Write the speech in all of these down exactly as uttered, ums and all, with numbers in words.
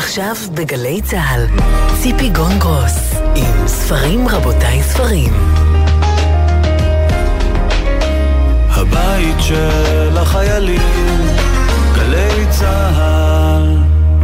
עכשיו בגלי צהל, ציפי גונגרוס עם ספרים רבותיי ספרים. הבית של החיילים, גלי צהל.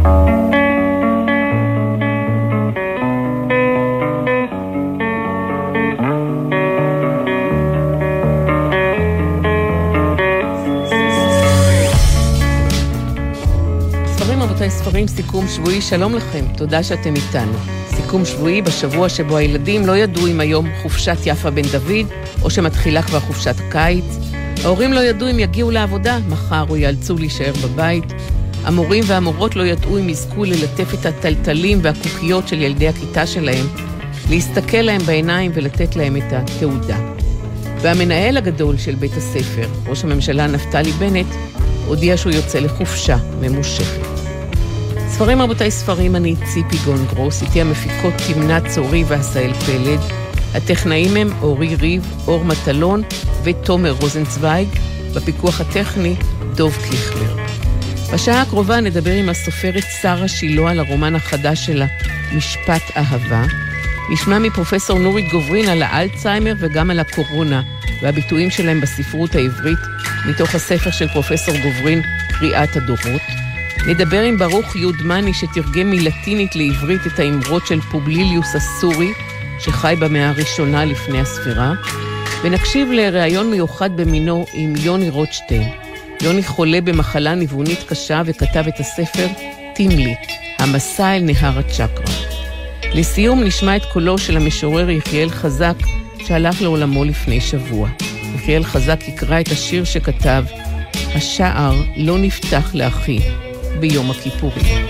ספרים רבותיי ספרים, סיכום שבועי, שלום לכם, תודה שאתם איתנו. סיכום שבועי בשבוע שבו הילדים לא ידעו אם היום חופשת יפה בן דוד או שמתחילה כבר חופשת הקיץ. ההורים לא ידעו אם יגיעו לעבודה מחר או יאלצו להישאר בבית. המורים והמורות לא ידעו אם יזכו ללטף את הטלטלים והקוקיות של ילדי הכיתה שלהם, להסתכל להם בעיניים ולתת להם את התעודה. והמנהל הגדול של בית הספר, ראש הממשלה נפתלי בנט, הודיע שהוא יוצא לחופשה ממושכת. ספרים רבותיי ספרים, אני ציפי גונגרוס, איתי המפיקות תמנה צורי והסאל פלד, הטכנאים הם אורי ריב, אור מטלון ותומר רוזנצוויג, בפיקוח הטכני דוב קליכלר. בשעה הקרובה נדבר עם הסופרת שרה שילה על הרומן החדש שלה, משפט אהבה. נשמע מפרופסור נורית גוברין על האלצהיימר וגם על הקורונה והביטויים שלהם בספרות העברית, מתוך הספר של פרופסור גוברין, קריאת הדורות. נדבר עם ברוך יודמני שתרגם מלטינית לעברית את האמרות של פובליליוס הסורי, שחי במאה הראשונה לפני הספירה, ונקשיב לראיון מיוחד במינו עם יוני רוטשטיין. יוני חולה במחלה ניוונית קשה וכתב את הספר תימלי, המסע אל נהר הצ'קרה. לסיום נשמע את קולו של המשורר יחיאל חזק שהלך לעולמו לפני שבוע. יחיאל חזק יקרא את השיר שכתב, השער לא נפתח לאחי ביום הכיפורים.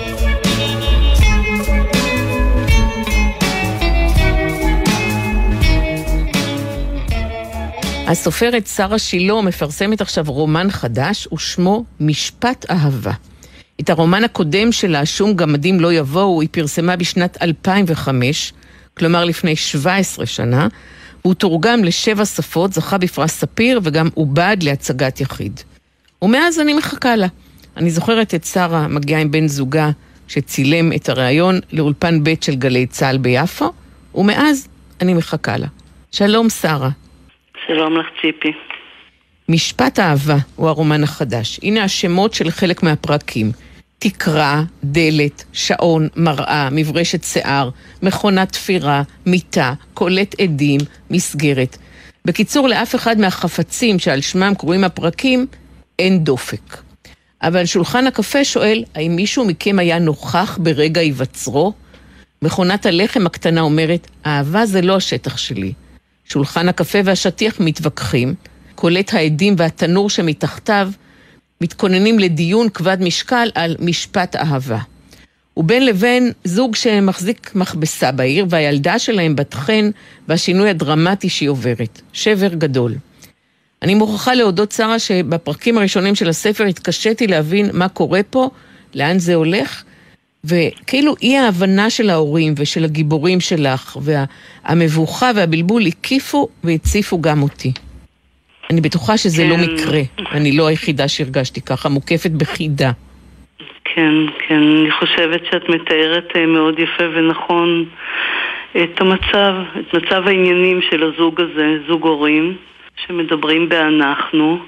הסופרת שרה שילה מפרסמת עכשיו רומן חדש ושמו משפט אהבה. את הרומן הקודם שלה, שום גמדים לא יבואו, היא פרסמה בשנת אלפיים וחמש, כלומר לפני שבע עשרה שנה, והוא תורגם לשבע שפות, זכה בפרס ספיר וגם עובד להצגת יחיד. ומאז אני מחכה לה. אני זוכרת את שרה מגיעה עם בן זוגה שצילם את הראיון לאולפן בית של גלי צהל ביפו, ומאז אני מחכה לה. שלום שרה. שלום לך ציפי. משפט אהבה הוא הרומן החדש. הנה השמות של חלק מהפרקים. תקרה, דלת, שעון, מראה, מברשת שיער, מכונת תפירה, מיטה, קולט עדים, מסגרת. בקיצור, לאף אחד מהחפצים שעל שמם קרואים הפרקים אין דופק. אבל שולחן הקפה שואל, האם מישהו מכם היה נוכח ברגע היווצרו? מכונת הלחם הקטנה אומרת, אהבה זה לא השטח שלי. שולחן הקפה והשטיח מתווכחים, קולט העדים והתנור שמתחתיו מתכוננים לדיון כבד משקל על משפט אהבה. ובין לבין זוג שמחזיק מכבסה בעיר והילדה שלהם בת חן והשינוי הדרמטי שהיא עוברת. שבר גדול. אני מוכרחה להודות שרה שבפרקים הראשונים של הספר התקשיתי להבין מה קורה פה, לאן זה הולך, וכאילו אי ההבנה של ההורים ושל הגיבורים שלך והמבוכה והבלבול הקיפו והציפו גם אותי. אני בטוחה שזה כן. לא מקרה, אני לא היחידה שהרגשתי ככה, מוקפת בחידה. כן, כן, אני חושבת שאת מתארת מאוד יפה ונכון את המצב, את מצב העניינים של הזוג הזה, זוג הורים שמדברים באנחנו,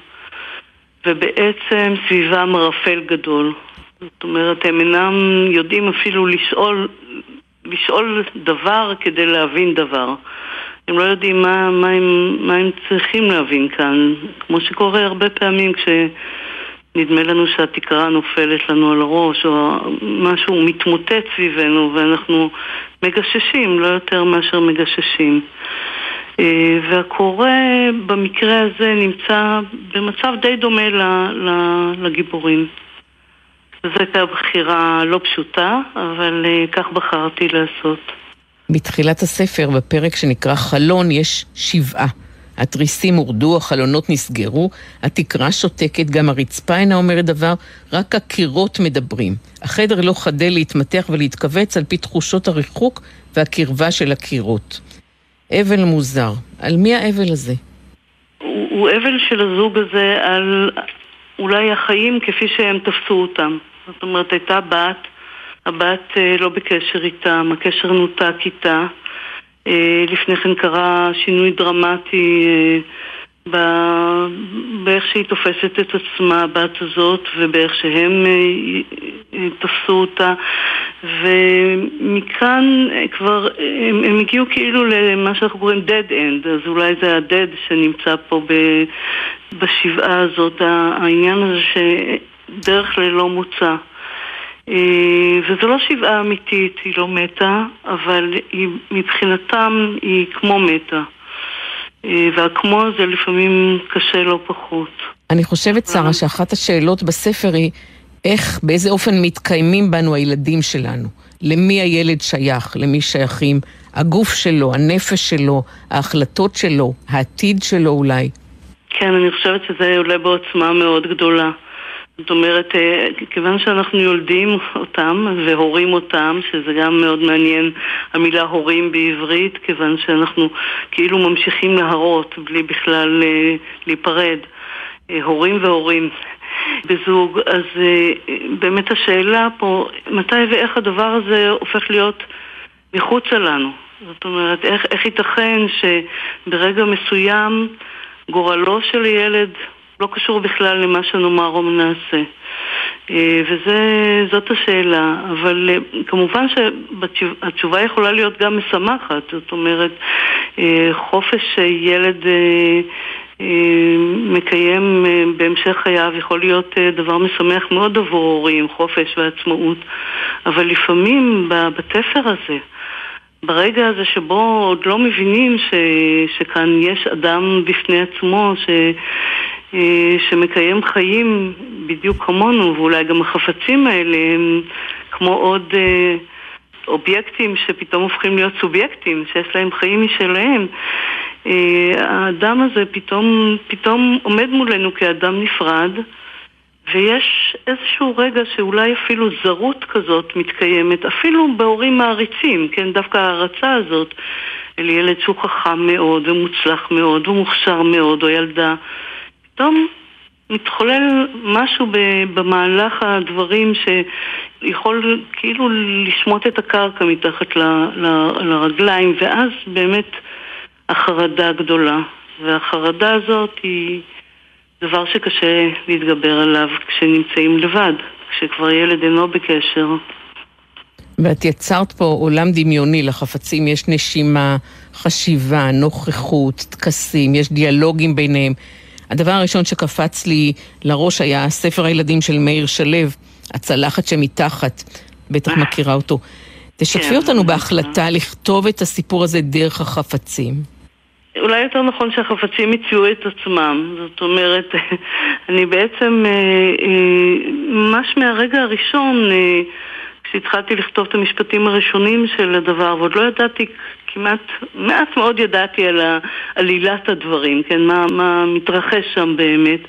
ובעצם סביבם רפל גדול. זאת אומרת, הם אינם יודעים אפילו לשאול, לשאול דבר כדי להבין דבר. הם לא יודעים מה, מה, הם, מה הם צריכים להבין כאן. כמו שקורה הרבה פעמים כשנדמה לנו שהתקרה נופלת לנו על הראש, או משהו מתמוטט סביבנו, ואנחנו מגששים, לא יותר מאשר מגששים. והקורא במקרה הזה נמצא במצב די דומה לגיבורים. זו הייתה בחירה לא פשוטה, אבל כך בחרתי לעשות. בתחילת הספר, בפרק שנקרא חלון, יש שבעה. התריסים הורדו, החלונות נסגרו, התקרה שותקת, גם הרצפה אינה אומרת דבר, רק הקירות מדברים. החדר לא חדל להתמתח ולהתכווץ על פי תחושות הריחוק והקרבה של הקירות. אבל מוזר. על מי האבל הזה? הוא, הוא אבל של הזוג הזה על אולי החיים כפי שהם תפסו אותם. זאת אומרת, הייתה בת הבת לא בקשר איתם, הקשר נותק איתה. לפני כן קרה שינוי דרמטי באיך שהיא תופסת את עצמה, הבת הזאת, ובאיך שהם תפסו אותה. ומכאן כבר הם, הם הגיעו כאילו למה שאנחנו קוראים dead end, אז אולי זה ה-dead שנמצא פה בשבעה הזאת, העניין הזה שדרך ללא מוצא. וזו לא שבעה אמיתית, היא לא מתה, אבל היא, מבחינתם היא כמו מתה. והכמו זה לפעמים קשה לא פחות. אני חושבת, שרה, שאחת השאלות בספר היא איך, באיזה אופן מתקיימים בנו הילדים שלנו. למי הילד שייך, למי שייכים הגוף שלו, הנפש שלו, ההחלטות שלו, העתיד שלו אולי. כן, אני חושבת שזה עולה בעוצמה מאוד גדולה. זאת אומרת, כיוון שאנחנו יולדים אותם והורים אותם, שזה גם מאוד מעניין המילה הורים בעברית, כיוון שאנחנו כאילו ממשיכים להרות בלי בכלל להיפרד, הורים והורים בזוג. אז באמת השאלה פה, מתי ואיך הדבר הזה הופך להיות מחוץ לנו? זאת אומרת, איך, איך ייתכן שברגע מסוים גורלו של ילד לא קשור בכלל למה שנאמר או נעשה. וזאת השאלה. אבל כמובן שהתשובה יכולה להיות גם משמחת. זאת אומרת, חופש שילד מקיים בהמשך חייו יכול להיות דבר משמח מאוד עבור הורים, חופש ועצמאות. אבל לפעמים בתפר הזה, ברגע הזה שבו עוד לא מבינים ש, שכאן יש אדם בפני עצמו ש, שמקיים חיים בדיוק כמונו, ואולי גם החפצים האלה הם כמו עוד אובייקטים שפתאום הופכים להיות סובייקטים, שיש להם חיים משלהם. האדם הזה פתאום, פתאום עומד מולנו כאדם נפרד, ויש איזשהו רגע שאולי אפילו זרות כזאת מתקיימת, אפילו בהורים מעריצים, כן, דווקא ההרצה הזאת, אל ילד שהוא חכם מאוד ומוצלח מאוד ומוכשר מאוד, או ילדה, פתאום מתחולל משהו במהלך הדברים שיכול כאילו לשמוט את הקרקע מתחת ל, ל, לרגליים, ואז באמת החרדה גדולה, והחרדה הזאת היא דבר שקשה להתגבר עליו כשנמצאים לבד, כשכבר ילד אינו בקשר. ואת יצרת פה עולם דמיוני לחפצים, יש נשימה, חשיבה, נוכחות, תקסים, יש דיאלוגים ביניהם. הדבר הראשון שקפץ לי לראש היה ספר הילדים של מאיר שלו, הצלחת שמתחת, בטח מכירה אותו. תשתפי אותנו בהחלטה לכתוב את הסיפור הזה דרך החפצים. אולי יותר נכון שהחפצים יציעו את עצמם. זאת אומרת, אני בעצם ממש מהרגע הראשון, כשהתחלתי לכתוב את המשפטים הראשונים של הדבר, ועוד לא ידעתי, כמעט מעט מאוד ידעתי על עלילת הדברים, כן, מה, מה מתרחש שם באמת.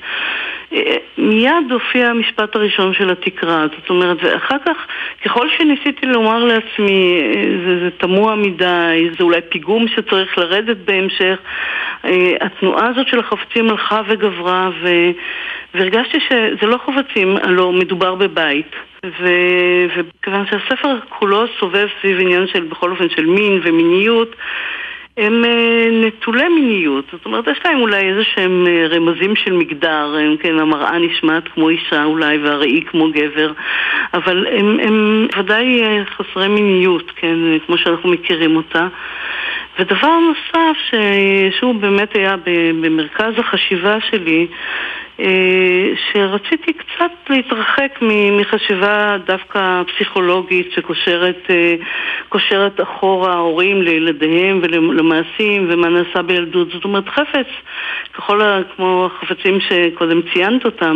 מיד הופיע המשפט הראשון של התקרה, זאת אומרת, ואחר כך, ככל שניסיתי לומר לעצמי, זה, זה תמוה מדי, זה אולי פיגום שצריך לרדת בהמשך, התנועה הזאת של החפצים הלכה וגברה, ו, והרגשתי שזה לא חפצים, לא מדובר בבית. ו- וכיוון שהספר כולו סובב סביב עניין של, בכל אופן, של מין ומיניות, הם נטולי מיניות. זאת אומרת, יש להם אולי איזה שהם רמזים של מגדר, הם, כן, המראה נשמעת כמו אישה אולי, והראי כמו גבר, אבל הם, הם ודאי חסרי מיניות, כן, כמו שאנחנו מכירים אותה. ודבר נוסף, שהוא באמת היה במרכז החשיבה שלי, שרציתי קצת להתרחק מחשיבה דווקא פסיכולוגית שקושרת קושרת אחורה ההורים לילדיהם ולמעשים ומה נעשה בילדות. זאת אומרת, חפץ, ככל כמו החפצים שקודם ציינת אותם,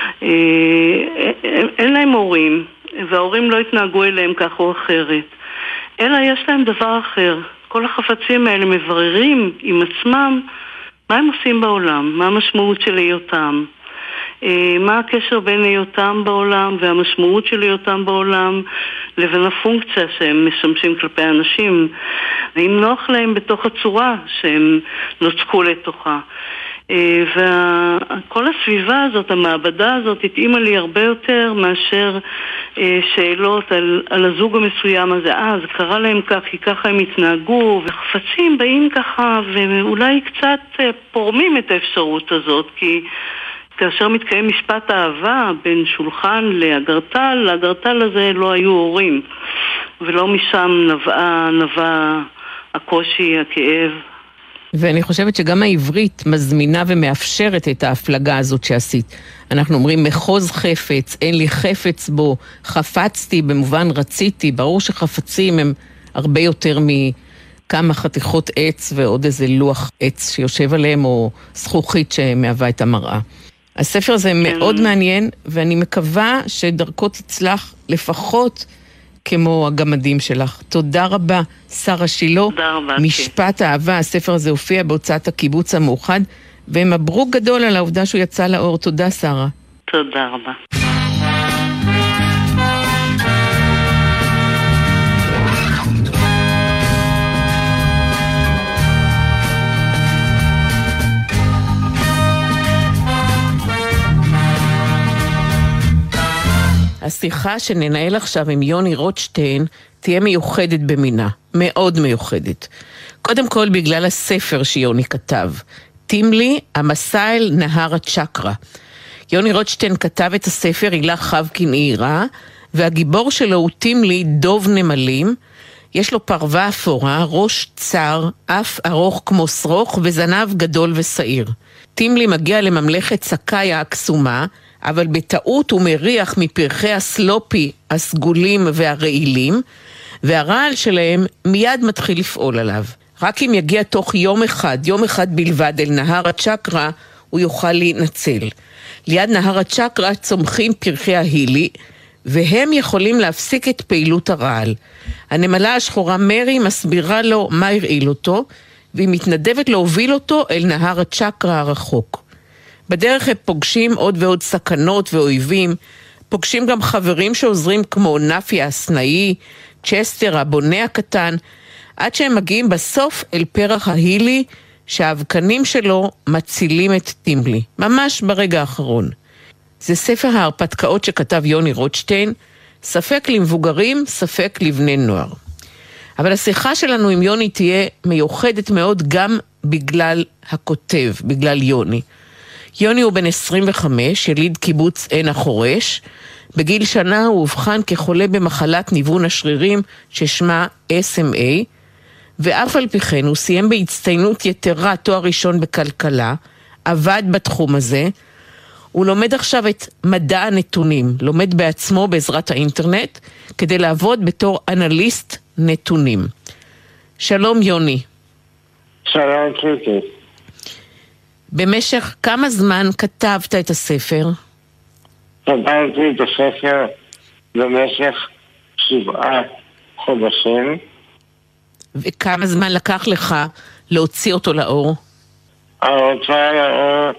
אין להם הורים, וההורים לא התנהגו אליהם כך או אחרת, אלא יש להם דבר אחר. כל החפצים האלה מבררים עם עצמם מה הם עושים בעולם, מה המשמעות של היותם, מה הקשר בין היותם בעולם והמשמעות של היותם בעולם לבין הפונקציה שהם משמשים כלפי אנשים, ואם נוח להם בתוך הצורה שהם נוצקו לתוכה. וכל הסביבה הזאת, המעבדה הזאת, התאימה לי הרבה יותר מאשר שאלות על, על הזוג המסוים הזה. אה, זה קרה להם כך, כי ככה הם התנהגו, וחפצים באים ככה, ואולי קצת פורמים את האפשרות הזאת, כי כאשר מתקיים משפט אהבה בין שולחן לאגרטל, לאגרטל הזה לא היו הורים, ולא משם נבעה, נבעה הקושי, הכאב. ואני חושבת שגם העברית מזמינה ומאפשרת את ההפלגה הזאת שעשית. אנחנו אומרים מחוז חפץ, אין לי חפץ בו, חפצתי במובן רציתי, ברור שחפצים הם הרבה יותר מכמה חתיכות עץ ועוד איזה לוח עץ שיושב עליהם או זכוכית שמהווה את המראה. הספר הזה כן. מאוד מעניין, ואני מקווה שדרכו תצלח לפחות כמו הגמדים שלך. תודה רבה, שרה שילה. תודה רבה. משפט כן. האהבה, הספר הזה הופיע בהוצאת הקיבוץ המאוחד, ומברוק גדול על העובדה שהוא יצא לאור. תודה, שרה. תודה רבה. השיחה שננהל עכשיו עם יוני רוטשטיין תהיה מיוחדת במינה, מאוד מיוחדת. קודם כל בגלל הספר שיוני כתב, תימלי, המסע אל נהר הצ'קרה. יוני רוטשטיין כתב את הספר הילה חבקין עירה, והגיבור שלו הוא תימלי דוב נמלים, יש לו פרווה אפורה, ראש צר, אף ארוך כמו שרוך וזנב גדול ושעיר. תימלי מגיע לממלכת סקאיה הקסומה, אבל בטעות הוא מריח מפרחי הסלופי, הסגולים והרעילים, והרעל שלהם מיד מתחיל לפעול עליו. רק אם יגיע תוך יום אחד, יום אחד בלבד אל נהר הצ'קרה, הוא יוכל להינצל. ליד נהר הצ'קרה צומחים פרחי ההילי, והם יכולים להפסיק את פעילות הרעל. הנמלה השחורה מרי מסבירה לו מה הרעיל אותו, והיא מתנדבת להוביל אותו אל נהר הצ'קרה הרחוק. בדרך הם פוגשים עוד ועוד סכנות ואויבים, פוגשים גם חברים שעוזרים כמו נפי הסנאי, צ'סטר הבונה הקטן, עד שהם מגיעים בסוף אל פרח ההילי, שהאבקנים שלו מצילים את תימלי, ממש ברגע האחרון. זה ספר ההרפתקאות שכתב יוני רוטשטיין, ספק למבוגרים, ספק לבני נוער. אבל השיחה שלנו עם יוני תהיה מיוחדת מאוד גם בגלל הכותב, בגלל יוני. יוני הוא בן עשרים וחמש, יליד קיבוץ עין החורש. בגיל שנה הוא הובחן כחולה במחלת ניוון השרירים ששמה אס אם איי, ואף על פי כן הוא סיים בהצטיינות יתרה תואר ראשון בכלכלה, עבד בתחום הזה, הוא לומד עכשיו את מדע הנתונים, לומד בעצמו בעזרת האינטרנט, כדי לעבוד בתור אנליסט נתונים. שלום יוני. שלום קריטי. במשך כמה זמן כתבת את הספר? כתבתי את הספר במשך שבעה חודשים. וכמה זמן לקח לך להוציא אותו לאור? ההוצאה לאור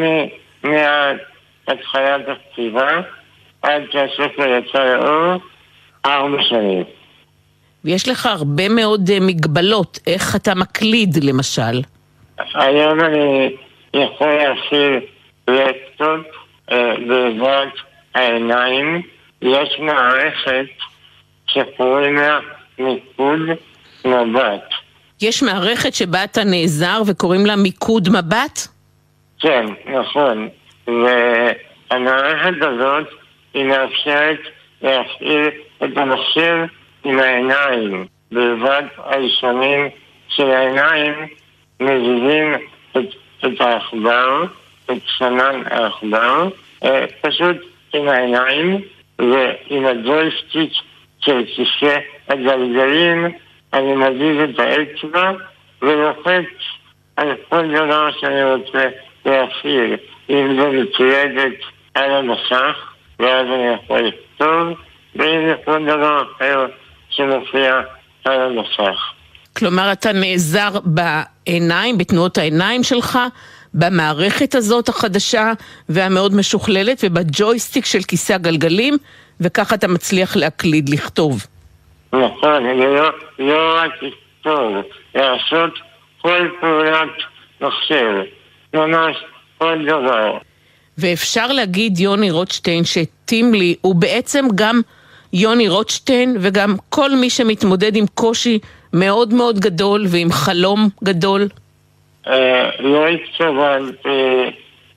מהתחלת הכתיבה עד שהספר יצא לאור ארבע שנים. ויש לך הרבה מאוד מגבלות, איך אתה מקליד למשל? היום אני יכול להפעיל לפטופ בעזרת העיניים. יש מערכת שקוראים לה מיקוד מבט. יש מערכת שבה אתה נעזר וקוראים לה מיקוד מבט? כן, נכון. והמערכת הזאת היא מאפשרת להפעיל את המחשב עם העיניים. בלבד הישנים של העיניים מזיזים את, את העכבר, את סנן העכבר, פשוט עם העיניים ועם הג'ויסטיק של כיסא הגלגלים אני מזיז את האצבע ולוחץ על כל דבר שאני רוצה להפעיל. אם זה מצוידת על המסך, ואז אני יכול לכתוב, ואם זה כל דבר אחר שמופיע על המסך. כלומר, אתה נעזר בעיניים, בתנועות העיניים שלך, במערכת הזאת החדשה והמאוד משוכללת, ובג'ויסטיק של כיסא הגלגלים, וככה אתה מצליח להקליד, לכתוב. נכון, לא, לא רק לכתוב, לעשות כל פעולת מחשב, ממש עוד דבר. ואפשר להגיד, יוני רוטשטיין, שטימלי הוא בעצם גם יוני רוטשטיין, וגם כל מי שמתמודד עם קושי מאוד מאוד גדול, ועם חלום גדול? לא התכוונתי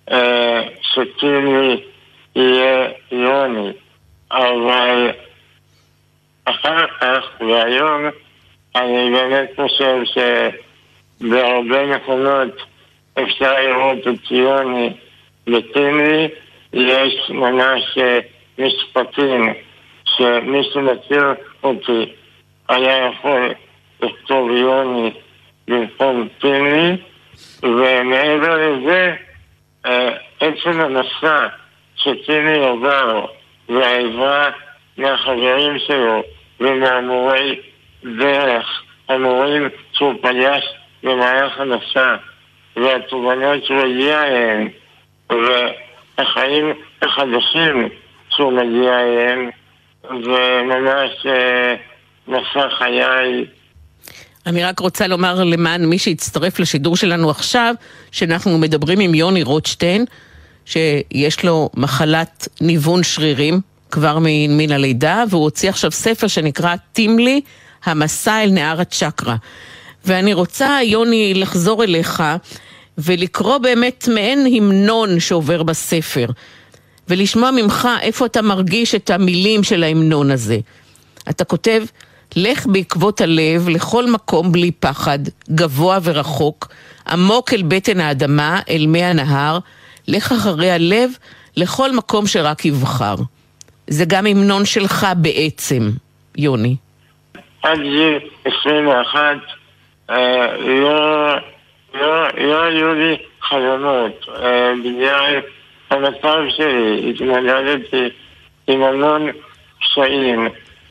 שטימלי יהיה יוני, אבל אחר כך, והיום, אני באמת חושב שבהרבה מקומות אפשר לראות את יוני וטימלי. יש ממש משפטים שמי שמכיר אותי היה יכול לכתוב יוני במקום טימלי, ומעבר לזה, עצם המסע שטימלי עובר והעזרה מהחברים שלו ומהמורי דרך, המורים שהוא פגש במהלך המסע והתובנות שהוא הגיע אליהם והחיים החדשים שהוא מגיע אליהם, זה ממש מסע חיי. אני רק רוצה לומר למען מי שהצטרף לשידור שלנו עכשיו, שאנחנו מדברים עם יוני רוטשטיין, שיש לו מחלת ניוון שרירים כבר מן הלידה, והוא הוציא עכשיו ספר שנקרא טימלי, המסע אל נהר הצ'קרה. ואני רוצה, יוני, לחזור אליך ולקרוא באמת מעין המנון שעובר בספר, ולשמוע ממך איפה אתה מרגיש את המילים של ההמנון הזה. אתה כותב, לך בעקבות הלב לכל מקום בלי פחד, גבוה ורחוק, עמוק אל בטן האדמה, אל מי הנהר, לך אחרי הלב לכל מקום שרק יבחר. זה גם המנון שלך בעצם, יוני. עד גיל עשרים ואחת לא היו לי חלומות. בגלל המצב שלי התמודדתי עם המון קשיים,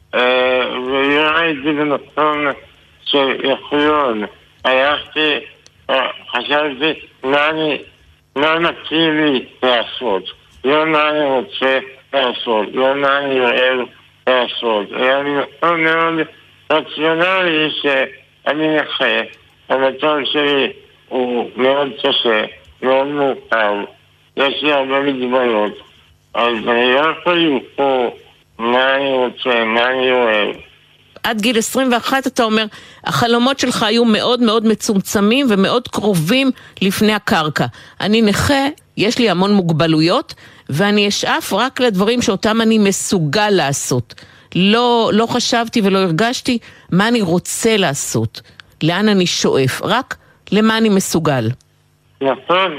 ולא הייתי במקום של יכולון. הלכתי, חשבתי מה אני, מה מתאים לי לעשות, לא מה אני רוצה לעשות, לא מה אני אוהב לעשות. היה לי מאוד מאוד רציונלי שאני נכה, המצב שלי הוא מאוד קשה, מאוד מורכב, יש לי הרבה מגבלות, אז אני לא יכול לבחור מה אני רוצה, מה אני אוהב. עד גיל עשרים ואחת אתה אומר, החלומות שלך היו מאוד מאוד מצומצמים ומאוד קרובים לפני הקרקע. אני נכה, יש לי המון מוגבלויות, ואני אשאף רק לדברים שאותם אני מסוגל לעשות. לא, לא חשבתי ולא הרגשתי מה אני רוצה לעשות, לאן אני שואף, רק למה אני מסוגל. נכון,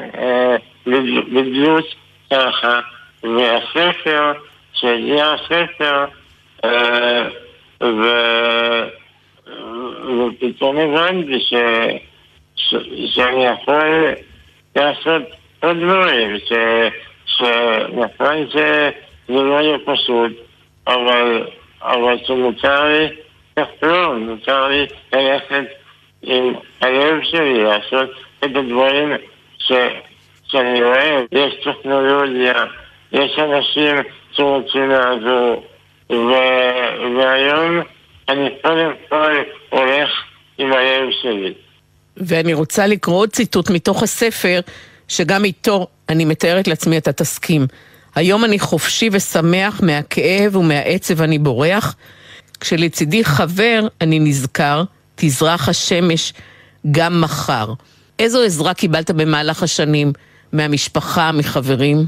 בדיוק ככה, והספר, שהגיע הספר, ופתאום הבנתי שאני יכול לעשות עוד דברים, שנכון שזה לא יהיה פשוט, אבל שמותר לי לחלום, מותר לי ללכת עם הלב שלי, לעשות את הדברים שאני אוהב. יש טכנולוגיה, יש אנשים שרוצים לעזור, והיום אני קודם כל הולך עם הלב שלי. ואני רוצה לקרוא עוד ציטוט מתוך הספר, שגם איתו אני מתארת לעצמי את התסכים. היום אני חופשי ושמח, מהכאב ומהעצב אני בורח, כשלצידי חבר אני נזכר, תזרח השמש גם מחר. איזו עזרה קיבלת במהלך השנים מהמשפחה, מחברים?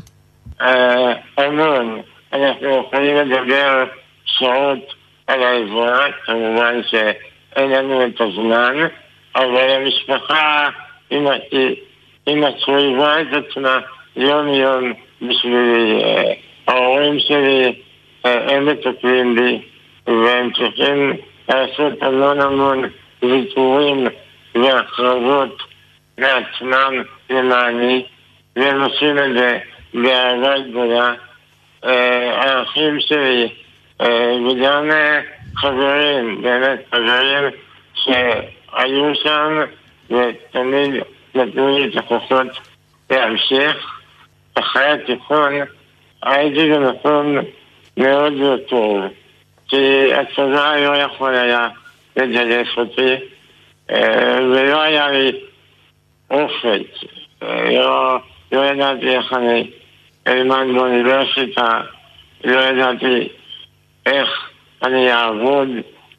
המון. אנחנו יכולים לדבר שעות על העזרה, כמובן שאין לנו את הזמן, אבל המשפחה היא מצריבה את עצמה יום יום בשבילי. ההורים שלי הם מטפלים בי, והם צריכים לעשות המון המון ויתורים והחרבות מעצמם למעני, והם עושים את זה באהבה גדולה. האחים שלי וגם חברים, באמת חברים שהיו שם ותמיד נתנו לי את הכוחות להמשיך. אחרי התיכון הייתי במקום מאוד לא טוב, כי הצבא לא יכול היה לגייס אותי, ולא היה לי אופק לא, לא ידעתי איך אני אלמד באוניברסיטה, לא ידעתי איך אני אעבוד,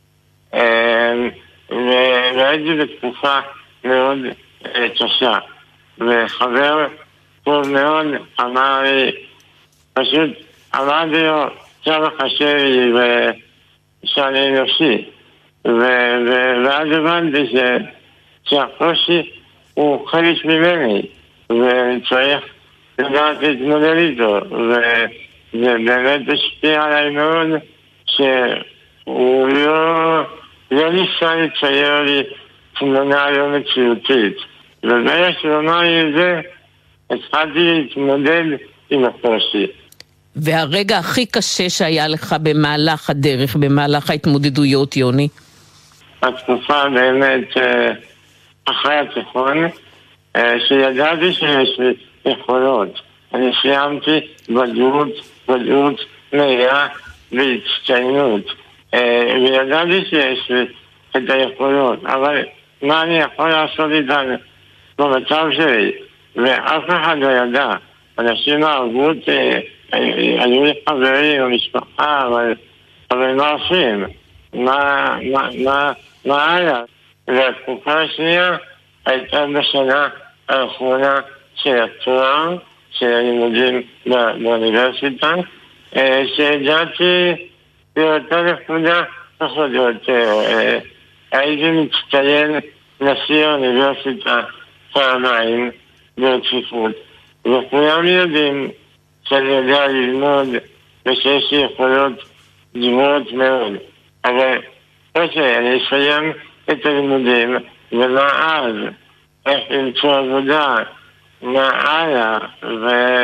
והייתי בתקופה מאוד קשה. וחבר טוב מאוד אמר לי, פשוט אמרתי לו, כמה קשה לי שאני אנושי. ואז הבנתי שהקושי הוא חלק ממני, וצריך לדעת להתמודד איתו, וזה באמת השפיע עליי מאוד שהוא לא, לא ניסה לצייר לי תמונה לא מציאותית. וברגע שהוא אמר לי את זה, התחלתי להתמודד עם הקושי. והרגע הכי קשה שהיה לך במהלך הדרך, במהלך ההתמודדויות, יוני? התקופה באמת אחרי התיכון, שידעתי שיש לי יכולות. אני סיימתי בגרות, בגרות מהירה והצטיינות, וידעתי שיש לי את היכולות, אבל מה אני יכול לעשות איתן במצב שלי? ואף אחד לא ידע. אנשים אהבו אותי, היו לי חברים ומשפחה, אבל, אבל מה עושים? מה, מה, מה, מה היה? והתקופה השנייה הייתה בשנה האחרונה של התואר, של הלימודים באוניברסיטה, שהגעתי לאותה נקודה פחות או יותר. הייתי מצטיין נשיא האוניברסיטה פעמיים ברציפות, וכולם יודעים שאני יודע ללמוד ושיש לי יכולות גבוהות מאוד. אבל אוקיי, אני אסיים את הלימודים, ומה אז? איך למצוא עבודה? מה הלאה? ו...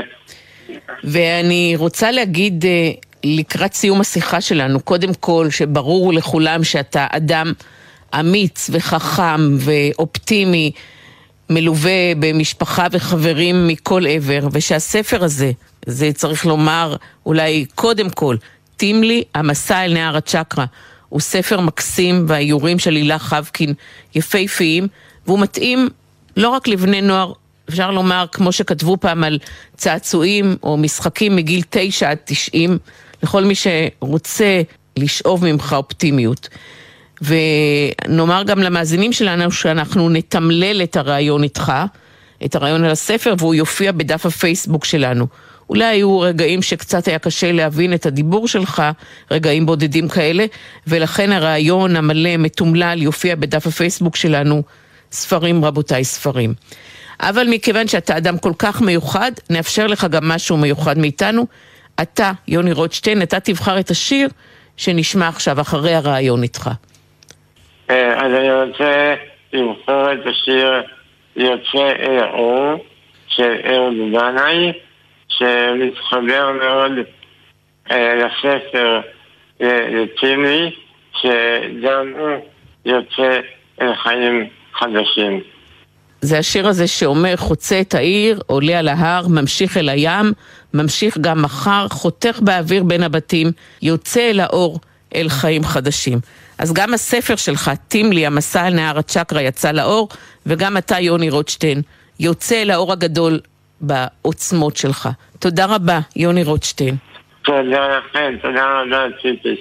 ואני רוצה להגיד לקראת סיום השיחה שלנו, קודם כל שברור לכולם שאתה אדם אמיץ וחכם ואופטימי, מלווה במשפחה וחברים מכל עבר, ושהספר הזה, זה צריך לומר אולי קודם כל, תימלי, המסע אל נהר הצ'קרה, הוא ספר מקסים, והאיורים של הילה חבקין יפהפיים, והוא מתאים לא רק לבני נוער, אפשר לומר כמו שכתבו פעם על צעצועים או משחקים מגיל תשע עד תשעים, לכל מי שרוצה לשאוב ממך אופטימיות. ונאמר גם למאזינים שלנו שאנחנו נתמלל את הרעיון איתך, את הרעיון על הספר, והוא יופיע בדף הפייסבוק שלנו. אולי היו רגעים שקצת היה קשה להבין את הדיבור שלך, רגעים בודדים כאלה, ולכן הרעיון המלא מתומלל יופיע בדף הפייסבוק שלנו, ספרים רבותיי ספרים. אבל מכיוון שאתה אדם כל כך מיוחד, נאפשר לך גם משהו מיוחד מאיתנו. אתה, יוני רוטשטיין, אתה תבחר את השיר שנשמע עכשיו אחרי הרעיון איתך. אז אני רוצה לבחור את השיר יוצא אל האור של אהוד בנאי, שמתחבר מאוד לספר לתימלי, שגם הוא יוצא אל חיים חדשים. זה השיר הזה שאומר חוצה את העיר, עולה על ההר, ממשיך אל הים, ממשיך גם מחר, חותך באוויר בין הבתים, יוצא אל האור, אל חיים חדשים. אז גם הספר שלך, תימלי, המסע אל נהר הצ'קרה, יצא לאור, וגם אתה, יוני רוטשטיין, יוצא אל האור הגדול בעוצמות שלך. תודה רבה, יוני רוטשטיין. תודה לכם, תודה רבה, ציפי.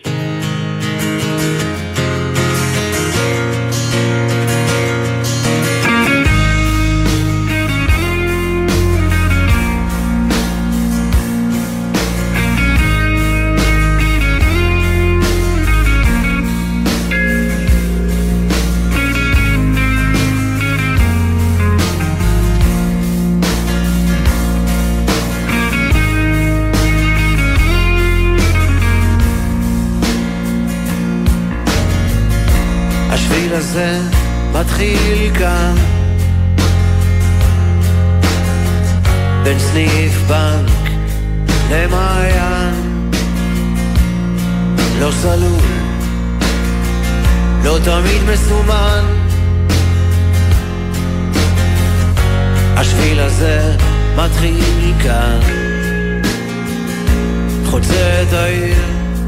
הזה מתחיל כאן בין סניף בנק למעיין, לא סלול, לא תמיד מסומן. השביל הזה מתחיל כאן, חוצה את העיר,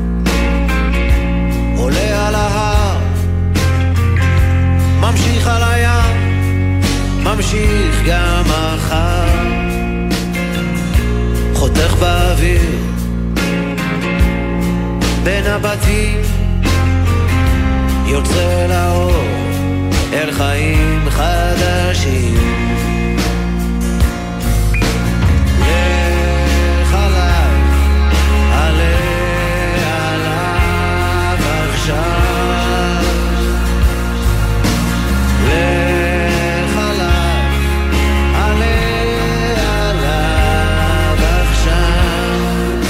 עולה על ההר, ממשיך על הים, ממשיך ממשיך גם מחר, חותך באוויר בין הבתים, יוצא לאור אל חיים חדשים. לך עליי, עלה עליו עכשיו, לך עליי, עלה עליו עכשיו.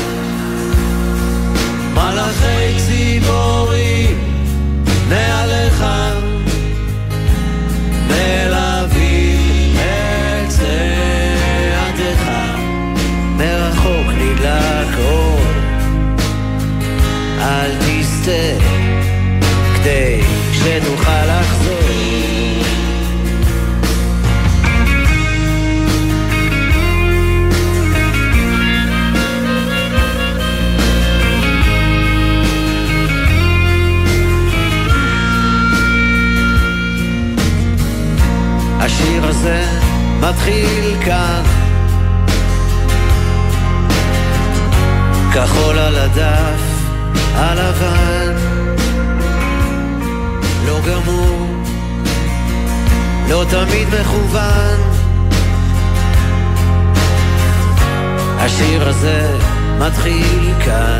מלאכי ציפורים מעליך מלווים את צעדיך, מרחוק נדלק אור, אל תסתה כדי שתוכל לחזור. השיר הזה מתחיל כאן, כחול על הדף הלבן, לא גמור, לא תמיד מכוון. השיר הזה מתחיל כאן.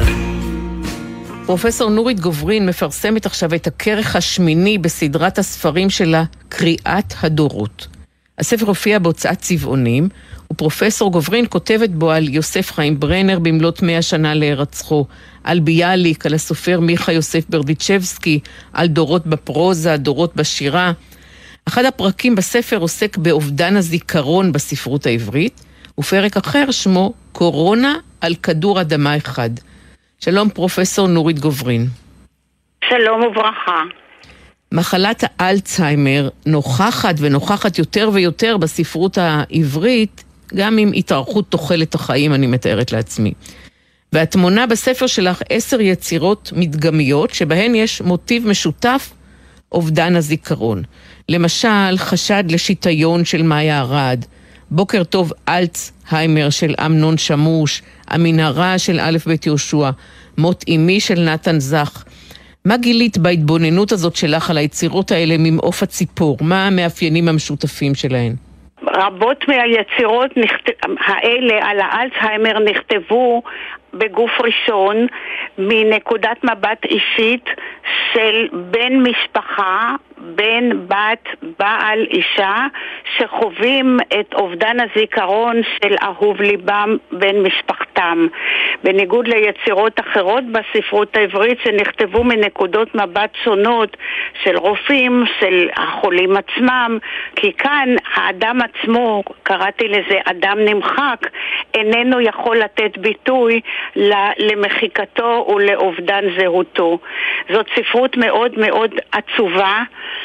פרופסור נורית גוברין מפרסמת עכשיו את הכרך השמיני בסדרת הספרים שלה, קריאת הדורות. הספר הופיע בהוצאת צבעונים, ופרופסור גוברין כותבת בו על יוסף חיים ברנר במלאת מאה שנה להירצחו, על ביאליק, על הסופר מיכה יוסף ברדיצ'בסקי, על דורות בפרוזה, דורות בשירה. אחד הפרקים בספר עוסק באובדן הזיכרון בספרות העברית, ופרק אחר שמו קורונה על כדור אדמה אחד. שלום פרופסור נורית גוברין. שלום וברכה. מחלת האלצהיימר נוכחת ונוכחת יותר ויותר בספרות העברית, גם עם התארכות תוחלת החיים, אני מתארת לעצמי. והתמונה בספר שלך עשר יצירות מדגמיות, שבהן יש מוטיב משותף, אובדן הזיכרון. למשל, חשד לשיטיון של מאיה ארד, בוקר טוב אלצהיימר של אמנון שמוש, המנהרה של א' ב' יהושע, מות אימי של נתן זך. מה גילית בהתבוננות הזאת שלך על היצירות האלה ממעוף הציפור? מה המאפיינים המשותפים שלהן? רבות מהיצירות האלה על האלצהיימר נכתבו בגוף ראשון, מנקודת מבט אישית של בן משפחה, בן בת, בעל, אישה, שחווים את אובדן הזיכרון של אהוב ליבם בן משפחתם. בניגוד ליצירות אחרות בספרות העברית שנכתבו מנקודות מבט שונות של רופאים, של החולים עצמם, כי כאן האדם עצמו, קראתי לזה אדם נמחק, איננו יכול לתת ביטוי למחיקתו ולאובדן זהותו. זאת ספרות מאוד מאוד עצובה,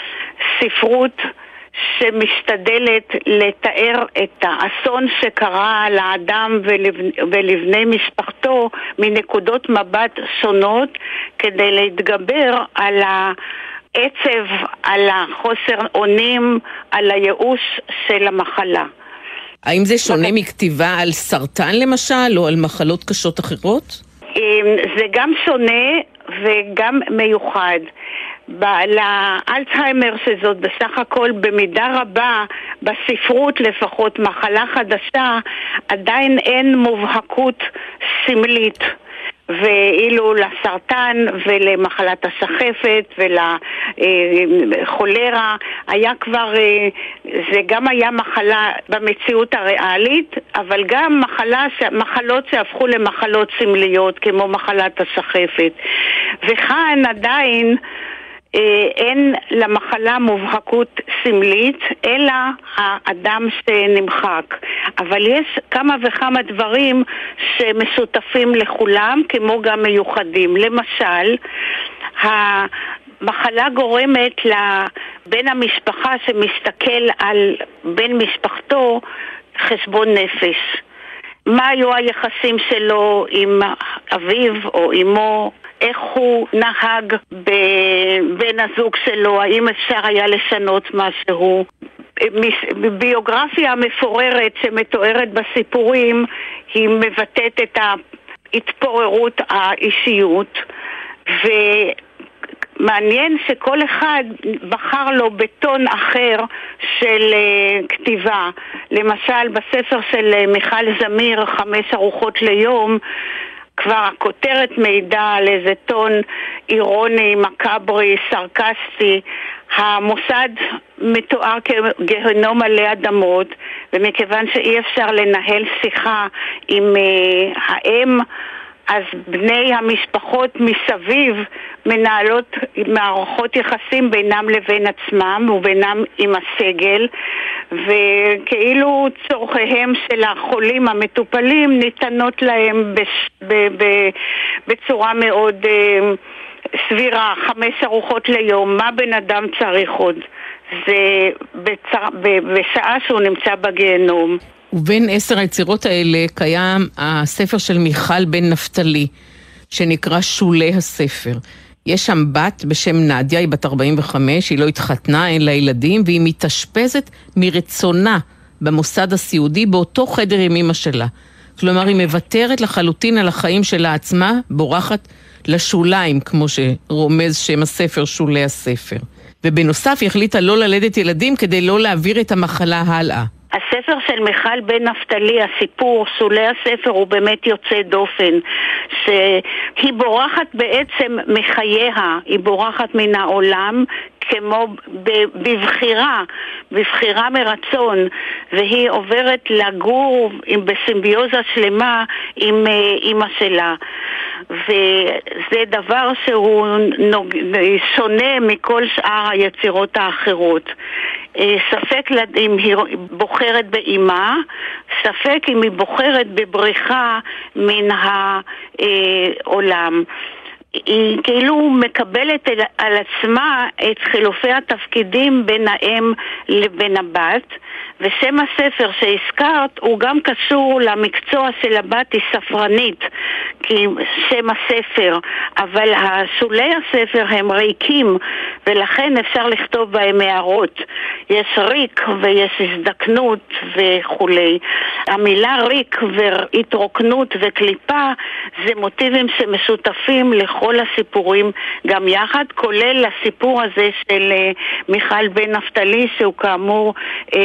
ספרות שמשתדלת לתאר את האסון שקרה לאדם ולבני משפחתו מנקודות מבט שונות, כדי להתגבר על העצב, על החוסר אונים, על הייאוש של המחלה. האם זה שונה מכתיבה על סרטן למשל, או על מחלות קשות אחרות? זה גם שונה וגם מיוחד. לאלצהיימר, שזאת בסך הכל במידה רבה בספרות לפחות מחלה חדשה, עדיין אין מובהקות סמלית. ואילו לסרטן ולמחלת השחפת ולחולרה היה כבר, זה גם היה מחלה במציאות הריאלית, אבל גם מחלה, מחלות שהפכו למחלות סמליות כמו מחלת השחפת. וכאן עדיין אין למחלה מובהקות סמלית, אלא האדם שנמחק. אבל יש כמה וכמה דברים שמשותפים לכולם, כמו גם מיוחדים. למשל, המחלה גורמת לבן המשפחה שמסתכל על בן משפחתו חשבון נפש. מה היו היחסים שלו עם אביו או אמו, איך הוא נהג בבן הזוג שלו, האם אפשר היה לשנות משהו, הביוגרפיה המפוררת שמתוארת בסיפורים היא מבטאת את ההתפוררות האישיות, ומעניין שכל אחד בחר לו בטון אחר של כתיבה. למשל בספר של מיכל זמיר, חמש ארוחות ליום, כבר הכותרת מעידה על איזה טון אירוני, מקברי, סרקסטי. המוסד מתואר כגהנום עלי אדמות, ומכיוון שאי אפשר לנהל שיחה עם uh, האם, אז בני המשפחות מסביב מנהלות מערכות יחסים בינם לבין עצמם ובינם עם הסגל, וכאילו צורכיהם של החולים המטופלים ניתנות להם בש... ב... ב... בצורה מאוד uh, סבירה, חמש ארוחות ליום, מה בן אדם צריך עוד? זה בצר... ב... בשעה שהוא נמצא בגיהנום. ובין עשר היצירות האלה קיים הספר של מיכל בן נפתלי, שנקרא שולי הספר. יש שם בת בשם נדיה, היא בת ארבעים וחמש, היא לא התחתנה, אין לה ילדים, והיא מתאשפזת מרצונה במוסד הסיעודי באותו חדר עם אמא שלה. כלומר, היא מוותרת לחלוטין על החיים שלה עצמה, בורחת לשוליים, כמו שרומז שם הספר, שולי הספר. ובנוסף, היא החליטה לא ללדת ילדים כדי לא להעביר את המחלה הלאה. הספר של מיכל בן נפתלי, הסיפור, שולי הספר, הוא באמת יוצא דופן, שהיא בורחת בעצם מחייה, היא בורחת מן העולם כמו בבחירה, בבחירה מרצון, והיא עוברת לגור בסימביוזה שלמה עם אמא שלה. וזה דבר שהוא שונה מכל שאר היצירות האחרות. ספק אם היא בוחרת באימה, ספק אם היא בוחרת בבריחה מן העולם. היא כאילו מקבלת על עצמה את חילופי התפקידים בין האם לבין הבת, ושם הספר שהזכרת הוא גם קשור למקצוע של הבת, היא ספרנית, כי שם הספר, אבל שולי הספר הם ריקים, ולכן אפשר לכתוב בהם הערות. יש ריק ויש הזדקנות וכולי. המילה ריק והתרוקנות וקליפה זה מוטיבים שמשותפים לכל הסיפורים גם יחד, כולל הסיפור הזה של מיכל בן נפתלי, שהוא כאמור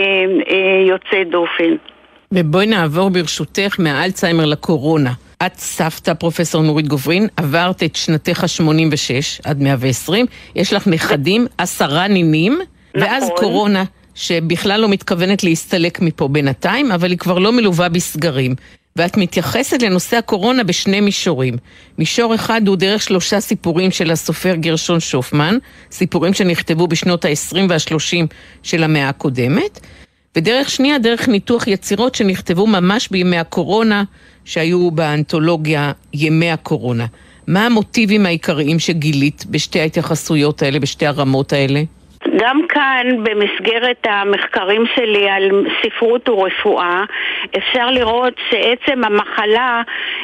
יוצא דופן. ובואי נעבור ברשותך מהאלצהיימר לקורונה. את סבתא פרופסור נורית גוברין, עברת את שנתך שמונים ושש עד מאה ועשרים, יש לך נכדים, עשרה נינים, נכון. ואז קורונה שבכלל לא מתכוונת להסתלק מפה בינתיים, אבל היא כבר לא מלווה בסגרים. ואת מתייחסת לנושא הקורונה בשני מישורים. מישור אחד הוא דרך שלושה סיפורים של הסופר גרשון שופמן, סיפורים שנכתבו בשנות ה-עשרים וה-שלושים של המאה הקודמת, ודרך שנייה, דרך ניתוח יצירות שנכתבו ממש בימי הקורונה, שהיו באנתולוגיה ימי הקורונה. מה המוטיבים העיקריים שגילית בשתי ההתייחסויות האלה, בשתי הרמות האלה? גם כאן במסגרת המחקרים שלי על ספרות ורפואה אפשר לראות שעצם המחלה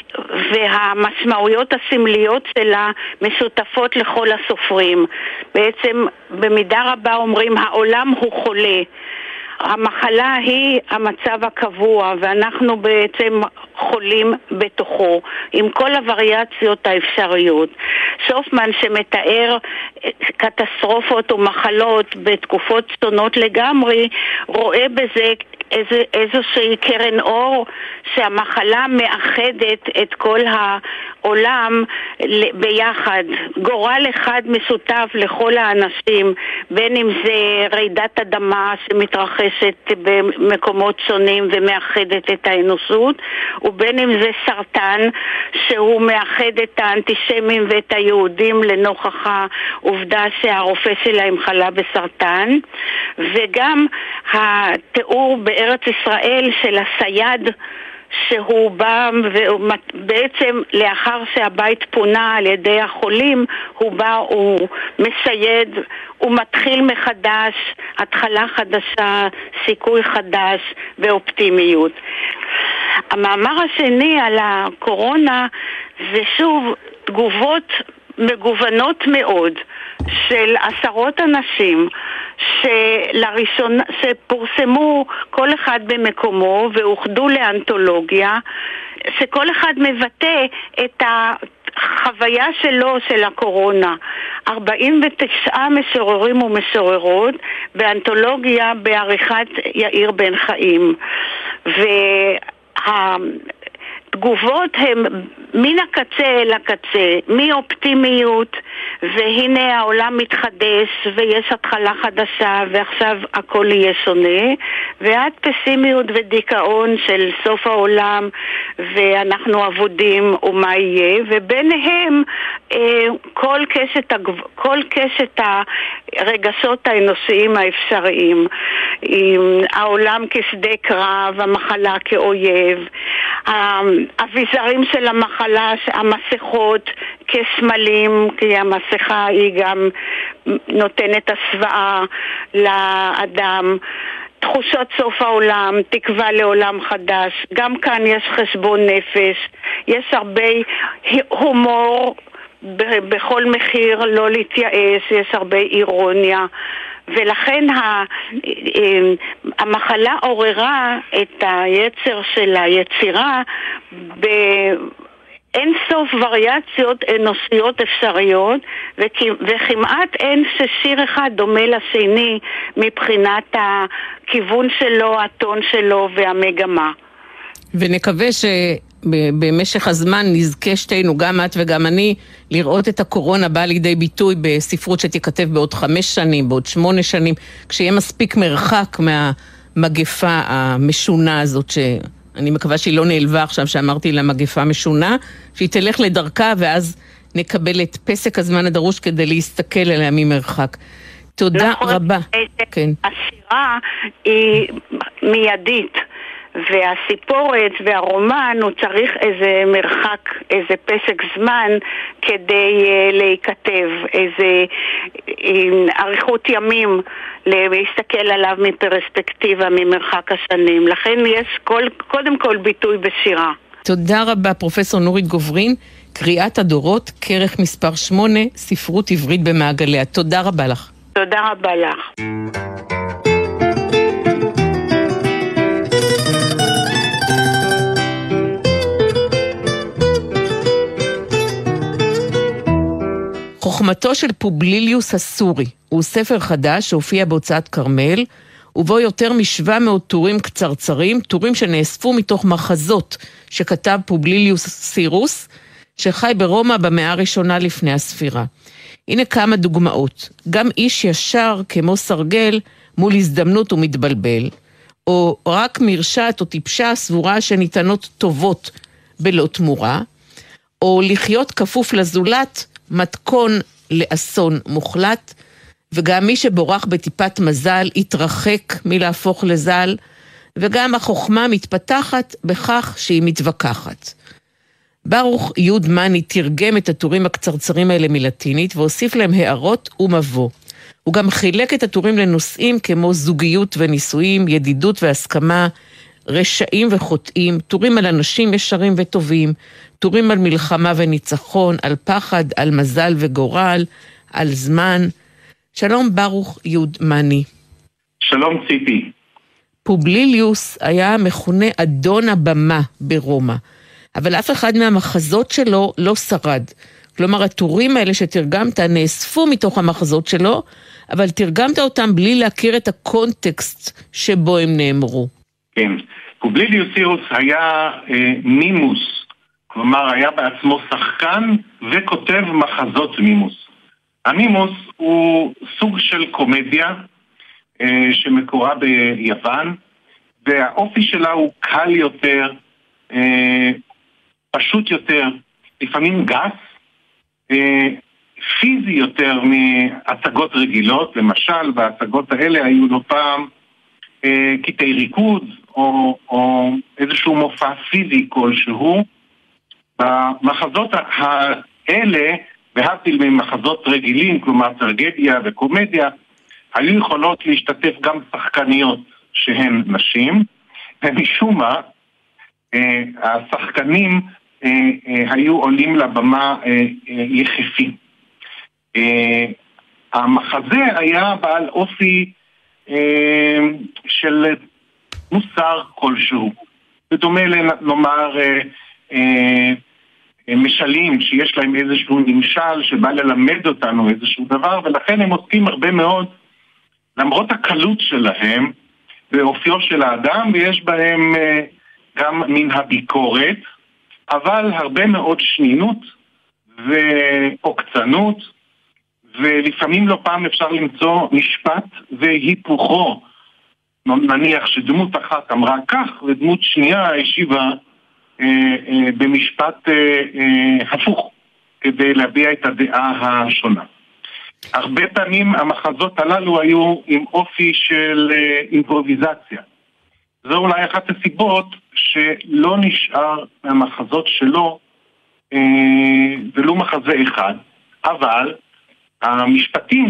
והמשמעויות הסמליות שלה משותפות לכל הסופרים. בעצם במידה רבה אומרים העולם הוא חולה, המחלה היא המצב הקבוע ואנחנו בעצם חולים בתוכו עם כל הווריאציות האפשריות. שופמן שמתאר קטסטרופות ומחלות בתקופות שונות לגמרי רואה בזה איזו, איזושהי קרן אור שהמחלה מאחדת את כל העולם ביחד. גורל אחד משותף לכל האנשים, בין אם זה רעידת אדמה שמתרחשת במקומות שונים ומאחדת את האנושות, ובין אם זה סרטן שהוא מאחד את האנטישמים ואת היהודים לנוכח העובדה שהרופא שלהם חלה בסרטן, וגם התיאור בארץ ישראל של הסייד שהוא בא ובעצם לאחר שהבית פונה על ידי החולים הוא בא, הוא מסייד, הוא מתחיל מחדש, התחלה חדשה, סיכוי חדש ואופטימיות. המאמר השני על הקורונה זה שוב תגובות מגוונות מאוד של עשרות אנשים שלראשון, שפורסמו כל אחד במקומו ואוחדו לאנתולוגיה, שכל אחד מבטא את החוויה שלו של הקורונה. ארבעים ותשעה משוררים ומשוררות באנתולוגיה בעריכת יאיר בן חיים. וה... תגובות הן מן הקצה אל הקצה, מאופטימיות והנה העולם מתחדש ויש התחלה חדשה ועכשיו הכל יהיה שונה, ועד פסימיות ודיכאון של סוף העולם ואנחנו עבודים ומה יהיה, וביניהם אה, כל קשת, הגב... כל קשת הרגשות האנושיים האפשריים, העולם כשדה קרב, המחלה כאויב, האביזרים של המחלה, המסכות כסמלים, כי המסכה היא גם נותנת הסוואה לאדם, תחושות סוף העולם, תקווה לעולם חדש. גם כאן יש חשבון נפש, יש הרבה הומור בכל מחיר, לא להתייאש, יש הרבה אירוניה, ולכן המחלה עוררה את היצר של היצירה באין סוף וריאציות אנושיות אפשריות, וכמעט אין ששיר אחד דומה לשני מבחינת הכיוון שלו, הטון שלו והמגמה. ונקווה שבמשך הזמן נזכה שתינו, גם את וגם אני, לראות את הקורונה באה לידי ביטוי בספרות שתיכתב בעוד חמש שנים, בעוד שמונה שנים, כשיהיה מספיק מרחק מהמגפה המשונה הזאת, שאני מקווה שהיא לא נעלבה עכשיו שאמרתי לה מגפה משונה, שהיא תלך לדרכה ואז נקבל את פסק הזמן הדרוש כדי להסתכל עליה ממרחק. תודה נכון, רבה. כן. השירה היא מיידית. והסיפורת והרומן הוא צריך איזה מרחק, איזה פסק זמן כדי uh, להיכתב, איזה uh, אריכות ימים להסתכל עליו מפרספקטיבה, ממרחק השנים. לכן יש כל, קודם כל ביטוי בשירה. תודה רבה פרופסור נורית גוברין, קריאת הדורות, כרך מספר שמונה, ספרות עברית במעגליה. תודה רבה לך. תודה רבה לך. חוכמתו של פובליליוס הסורי הוא ספר חדש שהופיע בהוצאת כרמל, ובו יותר משבע מאות טורים קצרצרים, טורים שנאספו מתוך מחזות שכתב פובליליוס סירוס, שחי ברומא במאה הראשונה לפני הספירה. הנה כמה דוגמאות. גם איש ישר כמו סרגל מול הזדמנות ומתבלבל, או רק מרשעת או טיפשה סבורה שניתנות טובות בלא תמורה, או לחיות כפוף לזולת, מתכון לאסון מוחלט, וגם מי שבורח בטיפת מזל יתרחק מלהפוך לזל, וגם החוכמה מתפתחת בכך שהיא מתווכחת. ברוך יוד מני תרגם את הטורים הקצרצרים האלה מלטינית, והוסיף להם הערות ומבוא. הוא גם חילק את הטורים לנושאים כמו זוגיות ונישואים, ידידות והסכמה, רשעים וחוטאים, טורים על אנשים ישרים וטובים, טורים על מלחמה וניצחון, על פחד, על מזל וגורל, על זמן. שלום ברוך יוד מני. שלום ציפי. פובליליוס היה מכונה אדון הבמה ברומא, אבל אף אחד מהמחזות שלו לא שרד. כלומר, הטורים האלה שתרגמת נאספו מתוך המחזות שלו, אבל תרגמת אותם בלי להכיר את הקונטקסט שבו הם נאמרו. כן, פובליליוס סירוס היה אה, מימוס, כלומר היה בעצמו שחקן וכותב מחזות מימוס. המימוס הוא סוג של קומדיה אה, שמקורה ביוון, והאופי שלה הוא קל יותר, אה, פשוט יותר, לפעמים גס, אה, פיזי יותר מהצגות רגילות. למשל, בהצגות האלה היו לא פעם אה, קטעי ריקוד או, או איזשהו מופע פיזי כלשהו. במחזות האלה, בהבדיל ממחזות רגילים, כלומר טרגדיה וקומדיה, היו יכולות להשתתף גם שחקניות שהן נשים, ומשום מה אה, השחקנים אה, אה, היו עולים לבמה אה, אה, יחפים. Uh, המחזה היה בעל אופי אה, של מוסר כלשהו. בדומה לומר אה, אה, משלים שיש להם איזשהו נמשל שבא ללמד אותנו איזשהו דבר, ולכן הם עוסקים הרבה מאוד, למרות הקלות שלהם, באופיו של האדם, ויש בהם אה, גם מן הביקורת, אבל הרבה מאוד שנינות ועוקצנות, ולפעמים לא פעם אפשר למצוא משפט והיפוכו. נניח שדמות אחת אמרה כך, ודמות שנייה השיבה אה, אה, במשפט אה, אה, הפוך, כדי להביע את הדעה השונה. הרבה פעמים המחזות הללו היו עם אופי של אה, אימפרוביזציה. זו אולי אחת הסיבות שלא נשאר מהמחזות שלו אה, ולא מחזה אחד, אבל המשפטים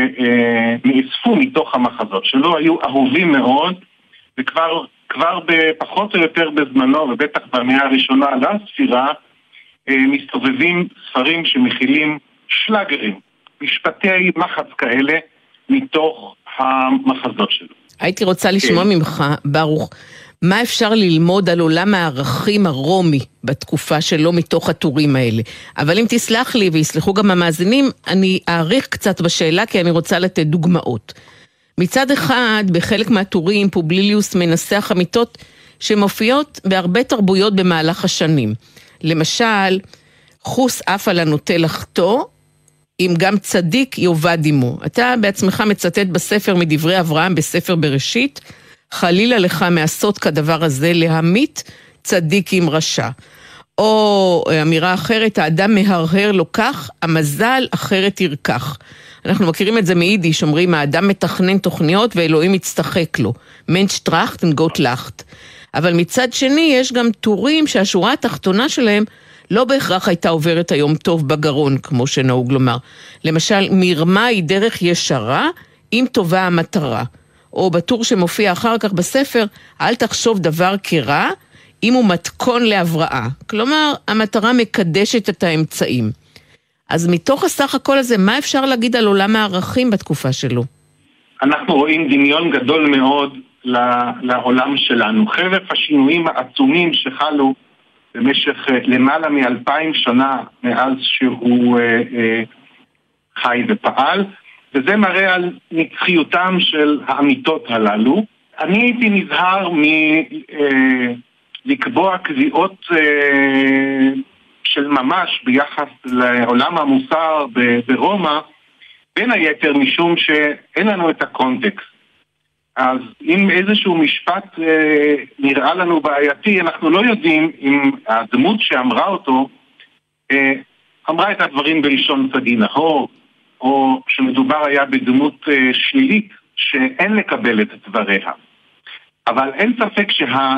שנאספו מתוך המחזות שלו היו אהובים מאוד, וכבר כבר בפחות או יותר בזמנו, ובטח במאה הראשונה לספירה, מסתובבים ספרים שמכילים שלגרים, משפטי מחץ כאלה מתוך המחזות שלו. הייתי רוצה לשמוע ממך, ברוך, מה אפשר ללמוד על עולם הערכים הרומי בתקופה שלו מתוך הטורים האלה? אבל אם תסלח לי ויסלחו גם המאזינים, אני אעריך קצת בשאלה כי אני רוצה לתת דוגמאות. מצד אחד, בחלק מהטורים פובליליוס מנסח אמיתות שמופיעות בהרבה תרבויות במהלך השנים. למשל, חוס אף על הנוטה לחטוא, אם גם צדיק יאבד עמו. אתה בעצמך מצטט בספר מדברי אברהם בספר בראשית, חלילה לך מעשות כדבר הזה להמית צדיק עם רשע. או אמירה אחרת, האדם מהרהר לו כך, המזל אחרת ירקח. אנחנו מכירים את זה מיידיש, אומרים, האדם מתכנן תוכניות ואלוהים מצטחק לו. מנש טראכט וגוט לאכט. אבל מצד שני יש גם טורים שהשורה התחתונה שלהם לא בהכרח הייתה עוברת היום טוב בגרון, כמו שנהוג לומר. למשל, מרמה היא דרך ישרה, אם טובה המטרה. או בטור שמופיע אחר כך בספר, אל תחשוב דבר כרע, אם הוא מתכון להבראה. כלומר, המטרה מקדשת את האמצעים. אז מתוך הסך הכל הזה, מה אפשר להגיד על עולם הערכים בתקופה שלו? אנחנו רואים דמיון גדול מאוד לעולם שלנו. חרף השינויים העצומים שחלו במשך למעלה מאלפיים שנה מאז שהוא אה, אה, חי ופעל, וזה מראה על נצחיותם של האמיתות הללו. אני הייתי נזהר מלקבוע אה, קביעות אה, של ממש ביחס לעולם המוסר ברומא, בין היתר משום שאין לנו את הקונטקסט. אז אם איזשהו משפט אה, נראה לנו בעייתי, אנחנו לא יודעים אם הדמות שאמרה אותו אה, אמרה את הדברים בלשון סגי נהור, או שמדובר היה בדמות אה, שלילית שאין לקבל את דבריה. אבל אין ספק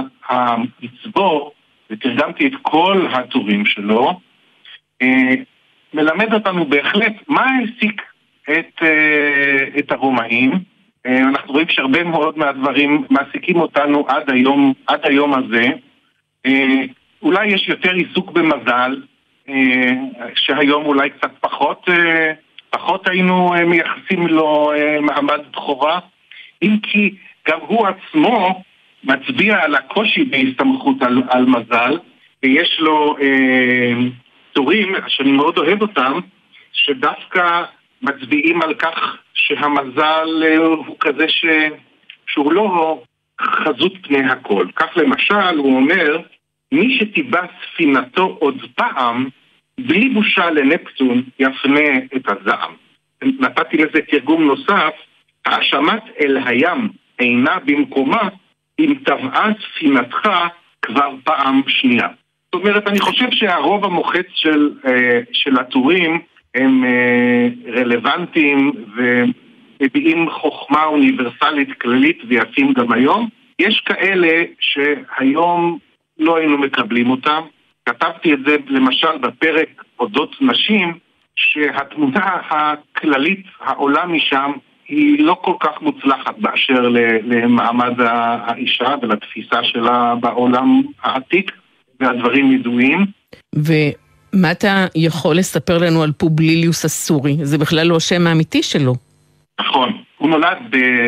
שהמצבור, ותרגמתי את כל הטורים שלו, אה, מלמד אותנו בהחלט מה העסיק את, אה, את הרומאים. אה, אנחנו רואים שהרבה מאוד מהדברים מעסיקים אותנו עד היום, עד היום הזה. אה, אולי יש יותר עיסוק במזל, אה, שהיום אולי קצת פחות, אה, פחות היינו אה, מייחסים לו אה, מעמד בכורה, אם כי גם הוא עצמו מצביע על הקושי בהסתמכות על, על מזל, ויש לו אה, טורים שאני מאוד אוהב אותם, שדווקא מצביעים על כך שהמזל אה, הוא כזה ש, שהוא לא חזות פני הכל. כך למשל הוא אומר, מי שטיבע ספינתו עוד פעם, בלי בושה לנפטון יפנה את הזעם. נתתי לזה תרגום נוסף, האשמת אל הים אינה במקומה, אם טבעה ספינתך כבר פעם שנייה. זאת אומרת, אני חושב שהרוב המוחץ של, של הטורים הם רלוונטיים ומביעים חוכמה אוניברסלית כללית ויפים גם היום. יש כאלה שהיום לא היינו מקבלים אותם. כתבתי את זה למשל בפרק אודות נשים, שהתמונה הכללית העולה משם היא לא כל כך מוצלחת באשר למעמד האישה ולתפיסה שלה בעולם העתיק, והדברים ידועים. ומה אתה יכול לספר לנו על פובליליוס הסורי? זה בכלל לא השם האמיתי שלו. נכון. הוא נולד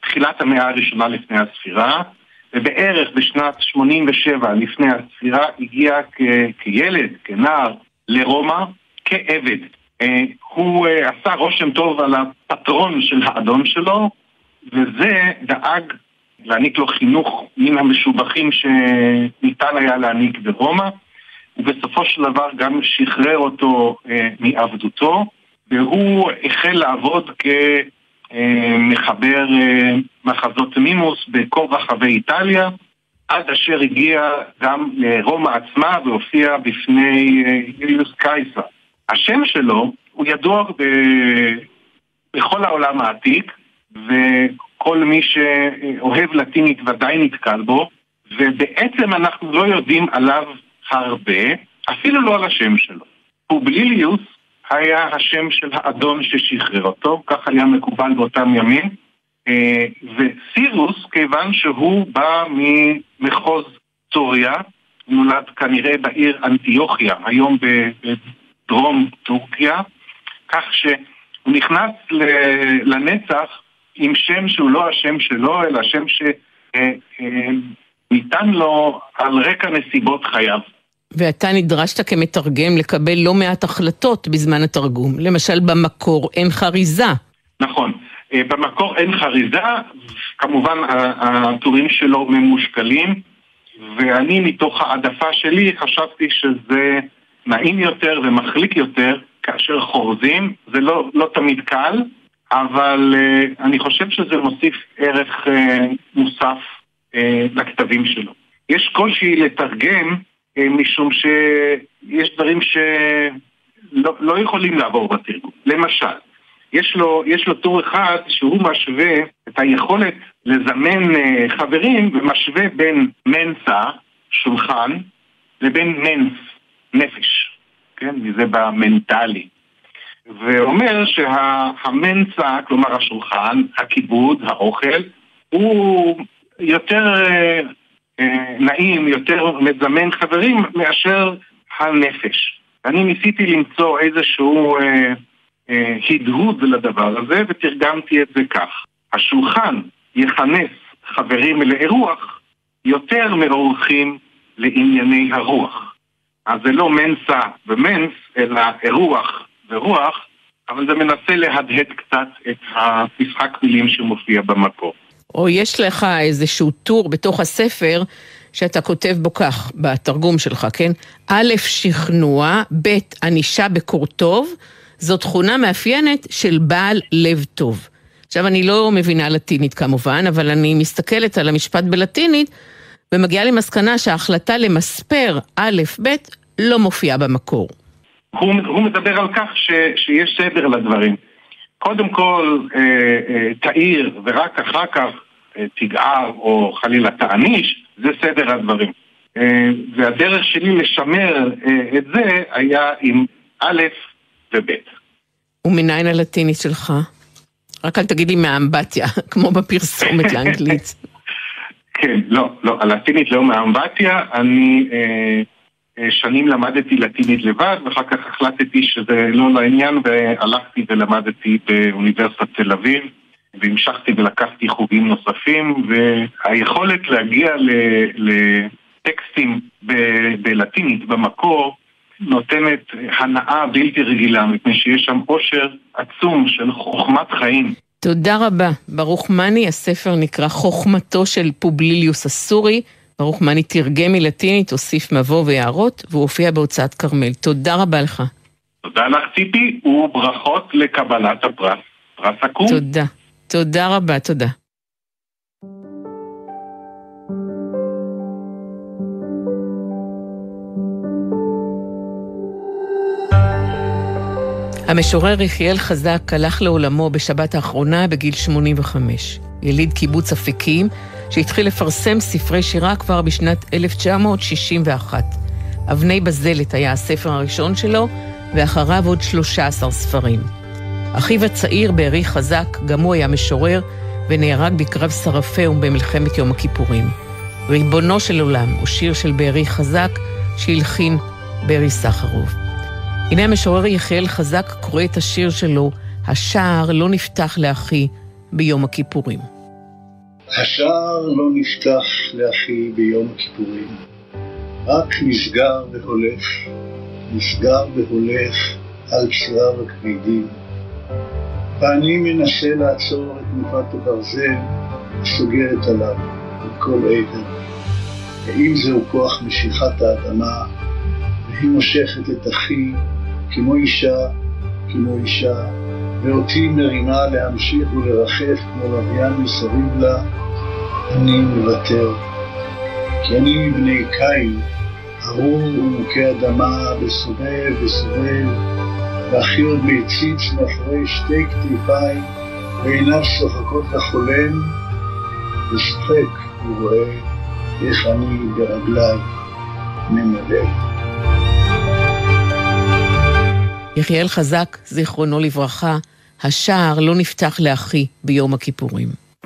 תחילת המאה הראשונה לפני הספירה, ובערך בשנת שמונים ושבע לפני הספירה הגיע כ- כילד, כנער, לרומא, כעבד. אה, הוא אה, עשה רושם טוב על הפטרון של האדון שלו, וזה דאג להעניק לו חינוך מן המשובחים שניתן היה להעניק ברומא, ובסופו של דבר גם שחרר אותו אה, מעבדותו, והוא החל לעבוד כמחבר אה, מחזות מימוס בכל רחבי איטליה, עד אשר הגיע גם לרומא עצמה והופיע בפני אה, יוליוס קייסר. השם שלו הוא ידוע ב... בכל העולם העתיק, וכל מי שאוהב לטינית ודאי נתקל בו, ובעצם אנחנו לא יודעים עליו הרבה, אפילו לא על השם שלו. פובליליוס היה השם של האדון ששחרר אותו, כך היה מקובל באותם ימים, וסירוס, כיוון שהוא בא ממחוז סוריה, נולד כנראה בעיר אנטיוכיה, היום בדרום טורקיה, כך שהוא נכנס לנצח עם שם שהוא לא השם שלו, אלא שם שניתן לו על רקע נסיבות חייו. ואתה נדרשת כמתרגם לקבל לא מעט החלטות בזמן התרגום. למשל במקור אין חריזה. נכון. במקור אין חריזה, כמובן הטורים שלו ממושקלים, ואני מתוך העדפה שלי חשבתי שזה נעים יותר ומחליק יותר כאשר חורזים. זה לא, לא תמיד קל, אבל uh, אני חושב שזה מוסיף ערך uh, מוסף uh, לכתבים שלו. יש קושי לתרגם uh, משום שיש דברים שלא לא יכולים לעבור בתרגום. למשל, יש לו, יש לו טור אחד שהוא משווה את היכולת לזמן uh, חברים ומשווה בין מנסה, שולחן, לבין מנס, נפש. כן? מזה במנטלי. ואומר שהמנסה, כלומר השולחן, הכיבוד, האוכל, הוא יותר אה, נעים, יותר מזמן חברים מאשר הנפש. אני ניסיתי למצוא איזשהו אה, אה, הדהוד לדבר הזה, ותרגמתי את זה כך. השולחן יכנס חברים לאירוח יותר מאורחים לענייני הרוח. אז זה לא מנסה ומנס, אלא אירוח ורוח, אבל זה מנסה להדהד קצת את המשחק מילים שמופיע במקור. או יש לך איזשהו טור בתוך הספר שאתה כותב בו כך, בתרגום שלך, כן? א', שכנוע, ב', ענישה בקור טוב, זו תכונה מאפיינת של בעל לב טוב. עכשיו, אני לא מבינה לטינית כמובן, אבל אני מסתכלת על המשפט בלטינית, ומגיעה למסקנה שההחלטה למספר א', ב', לא מופיעה במקור. הוא, הוא מדבר על כך ש, שיש סדר לדברים. קודם כל אה, אה, תאיר ורק אחר כך אה, תגער או חלילה תעניש, זה סדר הדברים. אה, והדרך שלי לשמר אה, את זה היה עם א' וב'. ומניין הלטינית שלך? רק אל תגיד לי מהאמבטיה, כמו בפרסומת לאנגלית. כן, לא, לא, הלטינית לא מהאמבטיה, אני... אה, שנים למדתי לטינית לבד, ואחר כך החלטתי שזה לא לעניין, והלכתי ולמדתי באוניברסיטת תל אביב, והמשכתי ולקחתי חוגים נוספים, והיכולת להגיע לטקסטים בלטינית במקור, נותנת הנאה בלתי רגילה, מפני שיש שם עושר עצום של חוכמת חיים. תודה רבה. ברוך מני, הספר נקרא חוכמתו של פובליליוס הסורי, ברוך מני תרגם מלטינית, הוסיף מבוא ויערות, והוא הופיע בהוצאת כרמל. תודה רבה לך. תודה לך ציפי, וברכות לקבלת הפרס. פרס הקום. תודה. תודה רבה, תודה. המשורר יחיאל חזק הלך לעולמו בשבת האחרונה בגיל שמונים וחמש. יליד קיבוץ אפיקים, שהתחיל לפרסם ספרי שירה כבר בשנת אלף תשע מאות שישים ואחת. אבני בזלת היה הספר הראשון שלו, ואחריו עוד שלושה עשר ספרים. אחיו הצעיר בארי חזק, גם הוא היה משורר, ונהרג בקרב שרפאום במלחמת יום הכיפורים. ריבונו של עולם הוא שיר של בארי חזק, שהלחין בארי סחרוב. הנה המשורר יחיאל חזק קורא את השיר שלו, השער לא נפתח לאחי ביום הכיפורים. השער לא נפתח לאחי ביום הכיפורים, רק נסגר והולך, נסגר והולך על צרב הכבדים. ואני מנסה לעצור את תנופת הברזל, סוגרת עליו מכל עבר. ואם זהו כוח משיכת האדמה, והיא מושכת את אחי כמו אישה, כמו אישה, ואותי מרימה להמשיך ולרחף כמו לוויין מסביב לה, אני מוותר. כי אני מבני קין, ארור ומוכה אדמה בסובב וסובב, ואחי עוד מציץ מאחורי שתי כתפיים, ועיניו שוחקות לחולם, ושוחק ורואה איך אני ברגליי ממלא. יחיאל חזק, זיכרונו לברכה, השער לא נפתח לאחי ביום הכיפורים.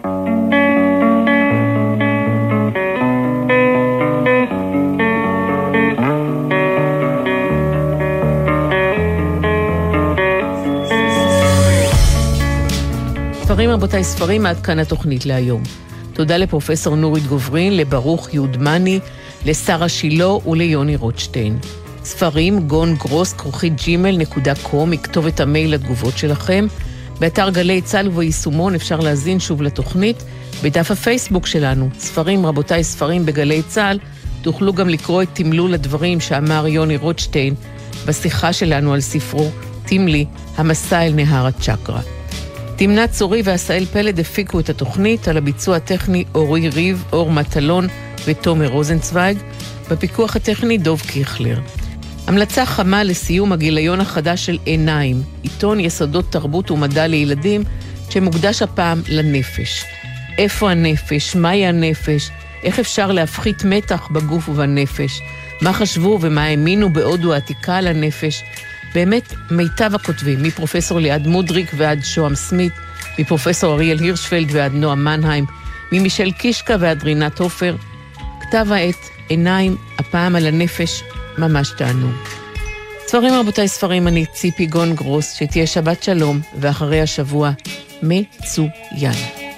ספרים רבותיי, ספרים, עד כאן התוכנית להיום. תודה לפרופסור נורית גוברין, לברוך יודמני, לשרה שילה וליוני רוטשטיין. ספרים גון גרוס כרוכית ג'ימל נקודה קום, יכתובת המייל לתגובות שלכם. באתר גלי צה"ל וביישומון אפשר להזין שוב לתוכנית. בדף הפייסבוק שלנו, ספרים רבותיי, ספרים בגלי צה"ל, תוכלו גם לקרוא את תמלול הדברים שאמר יוני רוטשטיין בשיחה שלנו על ספרו תמלי, המסע אל נהר הצ'קרה. תמנת צורי ועשאל פלד הפיקו את התוכנית, על הביצוע הטכני אורי ריב, אור מטלון ותומר רוזנצוויג, בפיקוח הטכני דוב קיכלר. המלצה חמה לסיום הגיליון החדש של עיניים, עיתון יסודות תרבות ומדע לילדים, שמוקדש הפעם לנפש. איפה הנפש? מהי הנפש? איך אפשר להפחית מתח בגוף ובנפש? מה חשבו ומה האמינו בהודו העתיקה על הנפש? באמת מיטב הכותבים, מפרופסור ליעד מודריק ועד שועם סמית, מפרופסור אריאל הירשפלד ועד נועה מנהיים, ממישל קישקה ועד רינת הופר. כתב העת עיניים, הפעם על הנפש, ממש תענוג. ספרים רבותיי, ספרים, אני ציפי גון גרוס, שתהיה שבת שלום, ואחרי השבוע מצוין.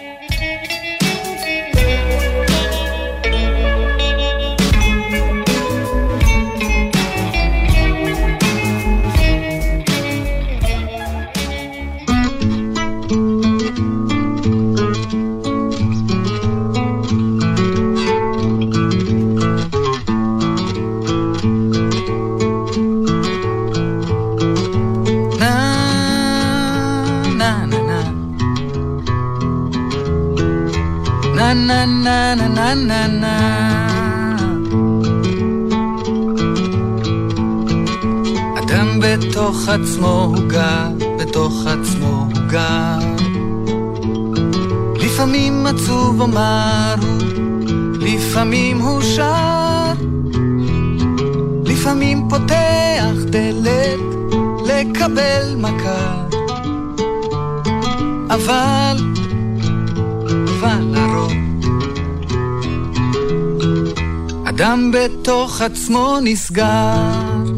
אדם בתוך עצמו הוא גר, בתוך עצמו הוא גר. לפעמים עצוב אומר הוא, לפעמים הוא שר, לפעמים פותח דלת לקבל מכה. אבל, אבל הרוב אדם בתוך עצמו נסגר.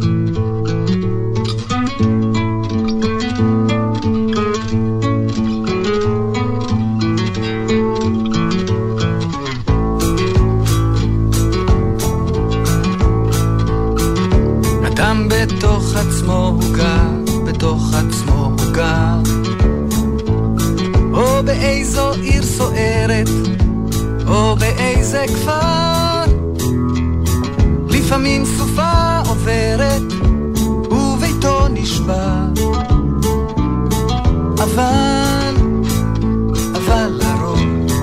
אדם בתוך עצמו הוא גר, בתוך עצמו הוא גר. או באיזו עיר סוערת, או באיזה כפר. לפעמים סופה עוברת וביתו נשבר. אבל, אבל הרוב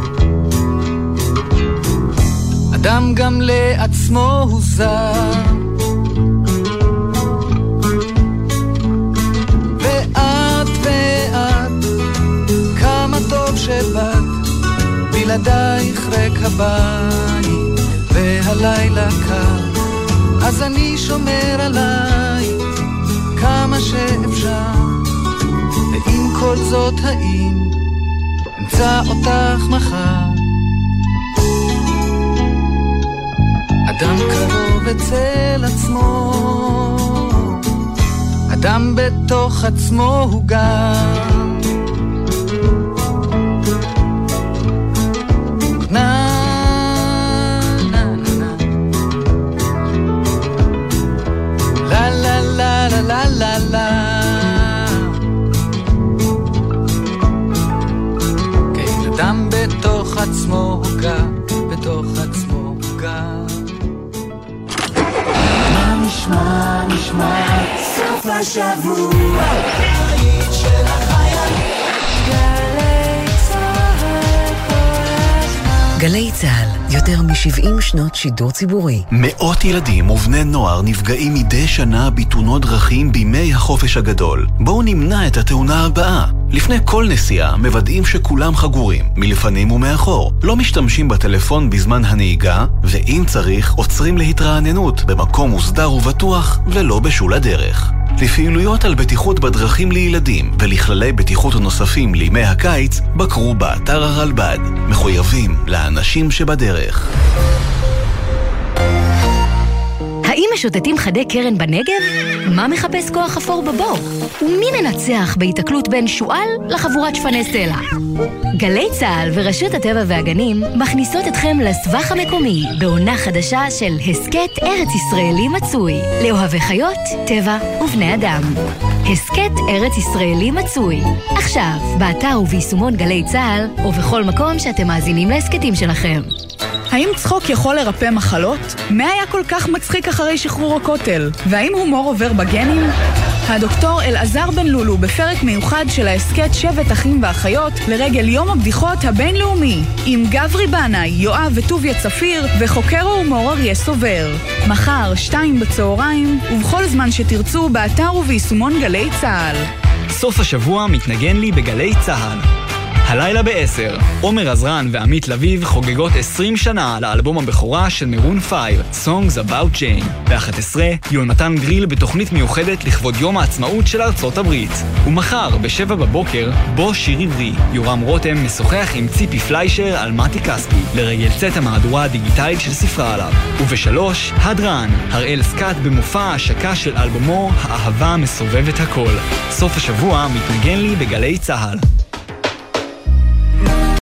אדם גם לעצמו הוא זר. ואת ואת כמה טוב שבאת, בלעדייך ריק הבית והלילה קר. אז אני שומר עליי כמה שאפשר, ועם כל זאת האם אמצא אותך מחר. אדם קרוב אצל עצמו, אדם בתוך עצמו הוא גר. אדם בתוך עצמו הוגה, בתוך עצמו הוגה. מה נשמע, נשמע סוף השבוע היית של החייל. גלי צהל כל הזמן. גלי צהל, יותר מ-שבעים שנות שידור ציבורי. מאות ילדים ובני נוער נפגעים מדי שנה בתאונות דרכים בימי החופש הגדול. בואו נמנע את התאונה הבאה. לפני כל נסיעה מוודאים שכולם חגורים, מלפנים ומאחור. לא משתמשים בטלפון בזמן הנהיגה, ואם צריך, עוצרים להתרעננות במקום מוסדר ובטוח ולא בשול הדרך. לפעילויות על בטיחות בדרכים לילדים ולכללי בטיחות נוספים לימי הקיץ, בקרו באתר הרלב"ד. מחויבים לאנשים שבדרך. האם משוטטים חדי קרן בנגב? מה מחפש כוח אפור בבור? ומי מנצח בהתקלות בין שואל לחבורת שפני סלע? גלי צהל ורשות הטבע והגנים מכניסות אתכם לסבך המקומי בעונה חדשה של הסקט ארץ ישראלי מצוי לאוהבי חיות, טבע ובני אדם. הסקט ארץ ישראלי מצוי עכשיו באתר וביישומון גלי צהל ובכל מקום שאתם מאזינים להסקטים שלכם. האם צחוק יכול לרפא מחלות? מה היה כל כך מצחיק אחרי שחרור הכותל? והאם הומור עובר בגנים? הדוקטור אלעזר בן לולו בפרק מיוחד של ההסקט שבט אחים ואחיות לרגל יום הבדיחות הבינלאומי עם גברי בנאי, יואב וטוביה צפיר וחוקר ההומור אריה סובר. מחר, שתיים בצהריים ובכל זמן שתרצו באתר וביישומון גלי צהל. סוף השבוע מתנגן לי בגלי צהל. הלילה בעשר, עומר עזרן ועמית לביב חוגגות עשרים שנה לאלבום הבכורה של מרון פייב, Songs About Jane. ב-אחת עשרה, יונתן גריל בתוכנית מיוחדת לכבוד יום העצמאות של ארצות הברית. ומחר, בשבע בבוקר, בו שיר עברי. יורם רותם משוחח עם ציפי פליישר על מתי כספי, לרגל צאת המהדורה הדיגיטלית של ספרה עליו. ובשלוש, הדרן, הראל סקאט במופע ההשקה של אלבומו, האהבה מסובבת הכל. סוף השבוע מתנגן לי בגלי צהל.